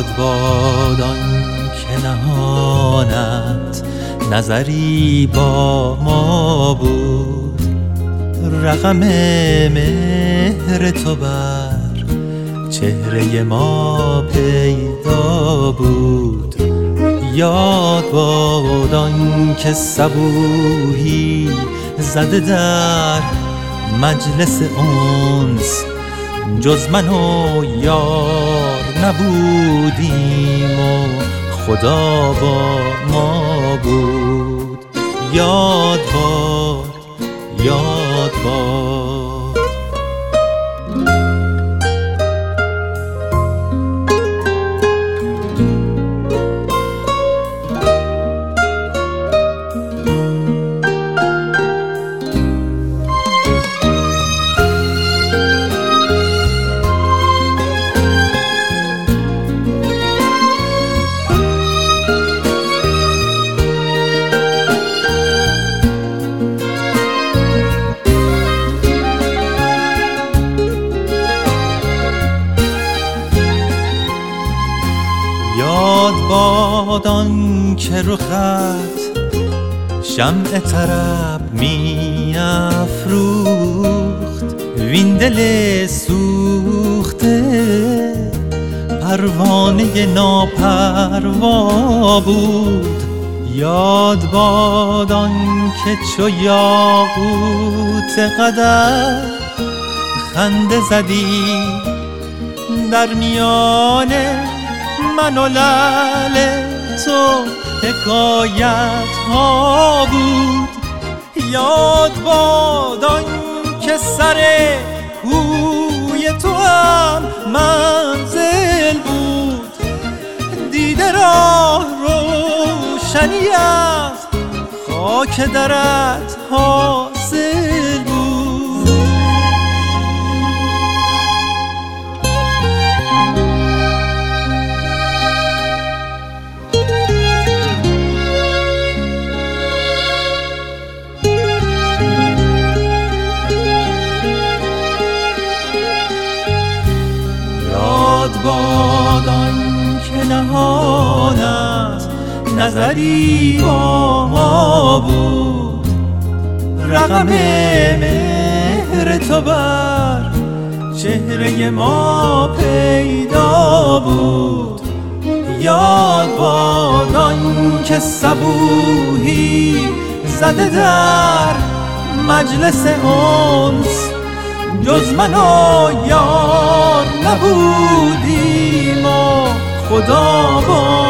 باد آن که نهانت نظری با ما بود، رقم مهر تو بر چهره ما پیدا بود. یاد باد آن که صبوحی زده در مجلس انس، جز من و یار نبودیم و خدا با ما بود. یاد باد یاد باد. یاد باد آن که رخت شمع طرب می افروخت، وین دل سوخته پروانه ناپروا بود. یاد باد آن که چو یاقوت قدر خنده زدی در میان من و لعل تو حکایت ها بود. یاد باد آن که سر کوی تو هم منزل بود، دیده راه روشنی از خاک درت حاصل بود. یاد باد آن که نهانت نظری با ما بود، رقم مهر تو بر چهره ما پیدا بود. یاد باد آن که صبوحی زده در مجلس انس، جز من و یار نبودیم و خدا با